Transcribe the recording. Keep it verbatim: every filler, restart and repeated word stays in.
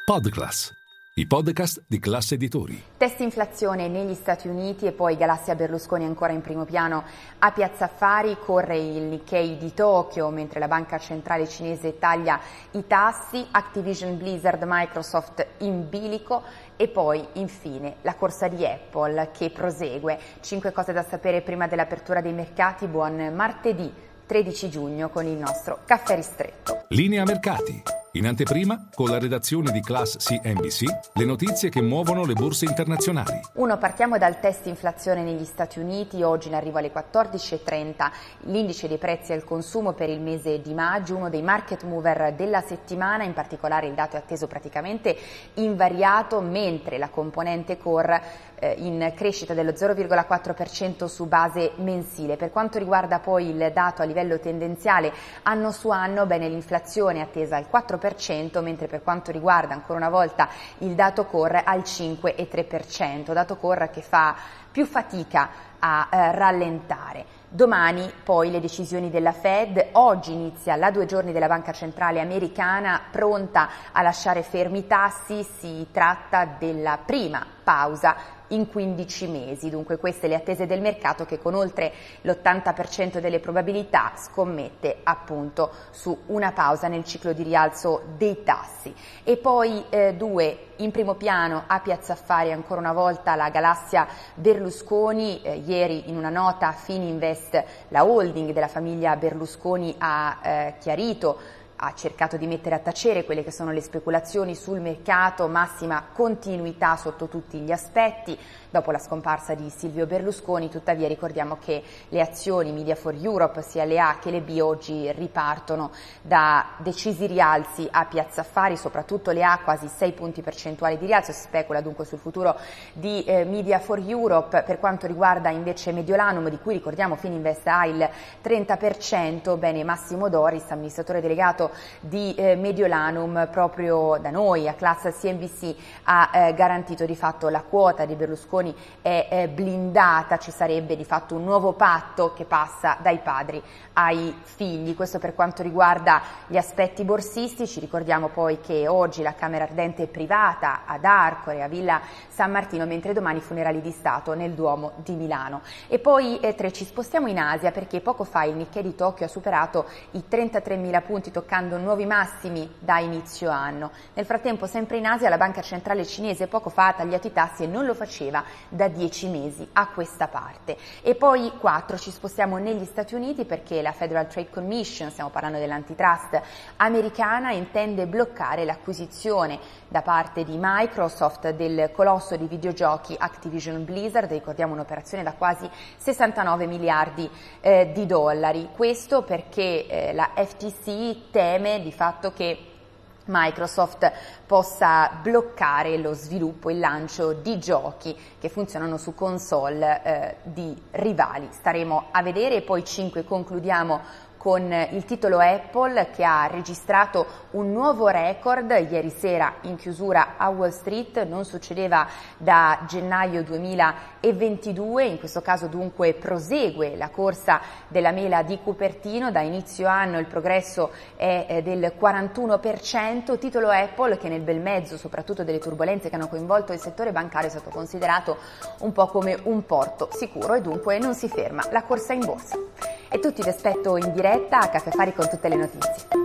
Podclass, i podcast di Class Editori. Test inflazione negli Stati Uniti e poi Galassia Berlusconi ancora in primo piano a Piazza Affari. Corre il Nikkei di Tokyo mentre la banca centrale cinese taglia i tassi, Activision, Blizzard, Microsoft in bilico e poi infine la corsa di Apple che prosegue. Cinque cose da sapere prima dell'apertura dei mercati. Buon martedì tredici giugno con il nostro caffè ristretto. Linea mercati. In anteprima, con la redazione di Class C N B C, le notizie che muovono le borse internazionali. Uno, partiamo dal test inflazione negli Stati Uniti, oggi in arrivo alle quattordici e trenta, l'indice dei prezzi al consumo per il mese di maggio, uno dei market mover della settimana, in particolare il dato è atteso praticamente invariato, mentre la componente core eh, in crescita dello zero virgola quattro per cento su base mensile. Per quanto riguarda poi il dato a livello tendenziale anno su anno, bene, l'inflazione è attesa al quattro per cento, mentre per quanto riguarda ancora una volta il dato core al cinque virgola tre per cento, dato core che fa più fatica a eh, rallentare. Domani poi le decisioni della Fed, oggi inizia la due giorni della Banca Centrale Americana pronta a lasciare fermi i tassi, si tratta della prima pausa in quindici mesi, dunque queste le attese del mercato che con oltre l'ottanta per cento delle probabilità scommette appunto su una pausa nel ciclo di rialzo dei tassi. E poi eh, due, in primo piano a Piazza Affari ancora una volta la Galassia Berlusconi, eh, ieri in una nota Fininvest, la holding della famiglia Berlusconi ha eh, chiarito, ha cercato di mettere a tacere quelle che sono le speculazioni sul mercato, massima continuità sotto tutti gli aspetti. Dopo la scomparsa di Silvio Berlusconi, tuttavia ricordiamo che le azioni Media for Europe, sia le A che le B, oggi ripartono da decisi rialzi a Piazza Affari, soprattutto le A quasi sei punti percentuali di rialzo, si specula dunque sul futuro di eh, Media for Europe. Per quanto riguarda invece Mediolanum, di cui ricordiamo Fininvest ha il trenta per cento, bene, Massimo Doris, amministratore delegato di eh, Mediolanum, proprio da noi a Class C N B C ha eh, garantito di fatto la quota di Berlusconi è eh, blindata, ci sarebbe di fatto un nuovo patto che passa dai padri ai figli. Questo per quanto riguarda gli aspetti borsistici. Ricordiamo poi che oggi la Camera Ardente è privata ad Arcore, a Villa San Martino, mentre domani funerali di Stato nel Duomo di Milano. E poi eh, tre, ci spostiamo in Asia perché poco fa il Nikkei di Tokyo ha superato i trentatremila punti, toccando nuovi massimi da inizio anno. Nel frattempo, sempre in Asia, la banca centrale cinese poco fa ha tagliato i tassi e non lo faceva da dieci mesi a questa parte. E poi quattro, ci spostiamo negli Stati Uniti perché la Federal Trade Commission, stiamo parlando dell'antitrust americana, intende bloccare l'acquisizione da parte di Microsoft del colosso di videogiochi Activision Blizzard. Ricordiamo un'operazione da quasi sessantanove miliardi eh, di dollari. Questo perché eh, la F T C teme di fatto che Microsoft possa bloccare lo sviluppo e il lancio di giochi che funzionano su console eh, di rivali. Staremo a vedere. E poi cinque, concludiamo con il titolo Apple che ha registrato un nuovo record ieri sera in chiusura a Wall Street, non succedeva da gennaio duemilaventidue, in questo caso dunque prosegue la corsa della mela di Cupertino, da inizio anno il progresso è del quarantuno per cento, titolo Apple che nel bel mezzo soprattutto delle turbolenze che hanno coinvolto il settore bancario è stato considerato un po' come un porto sicuro e dunque non si ferma la corsa in borsa. E tutti vi aspetto in diretta a Caffè Affari con tutte le notizie.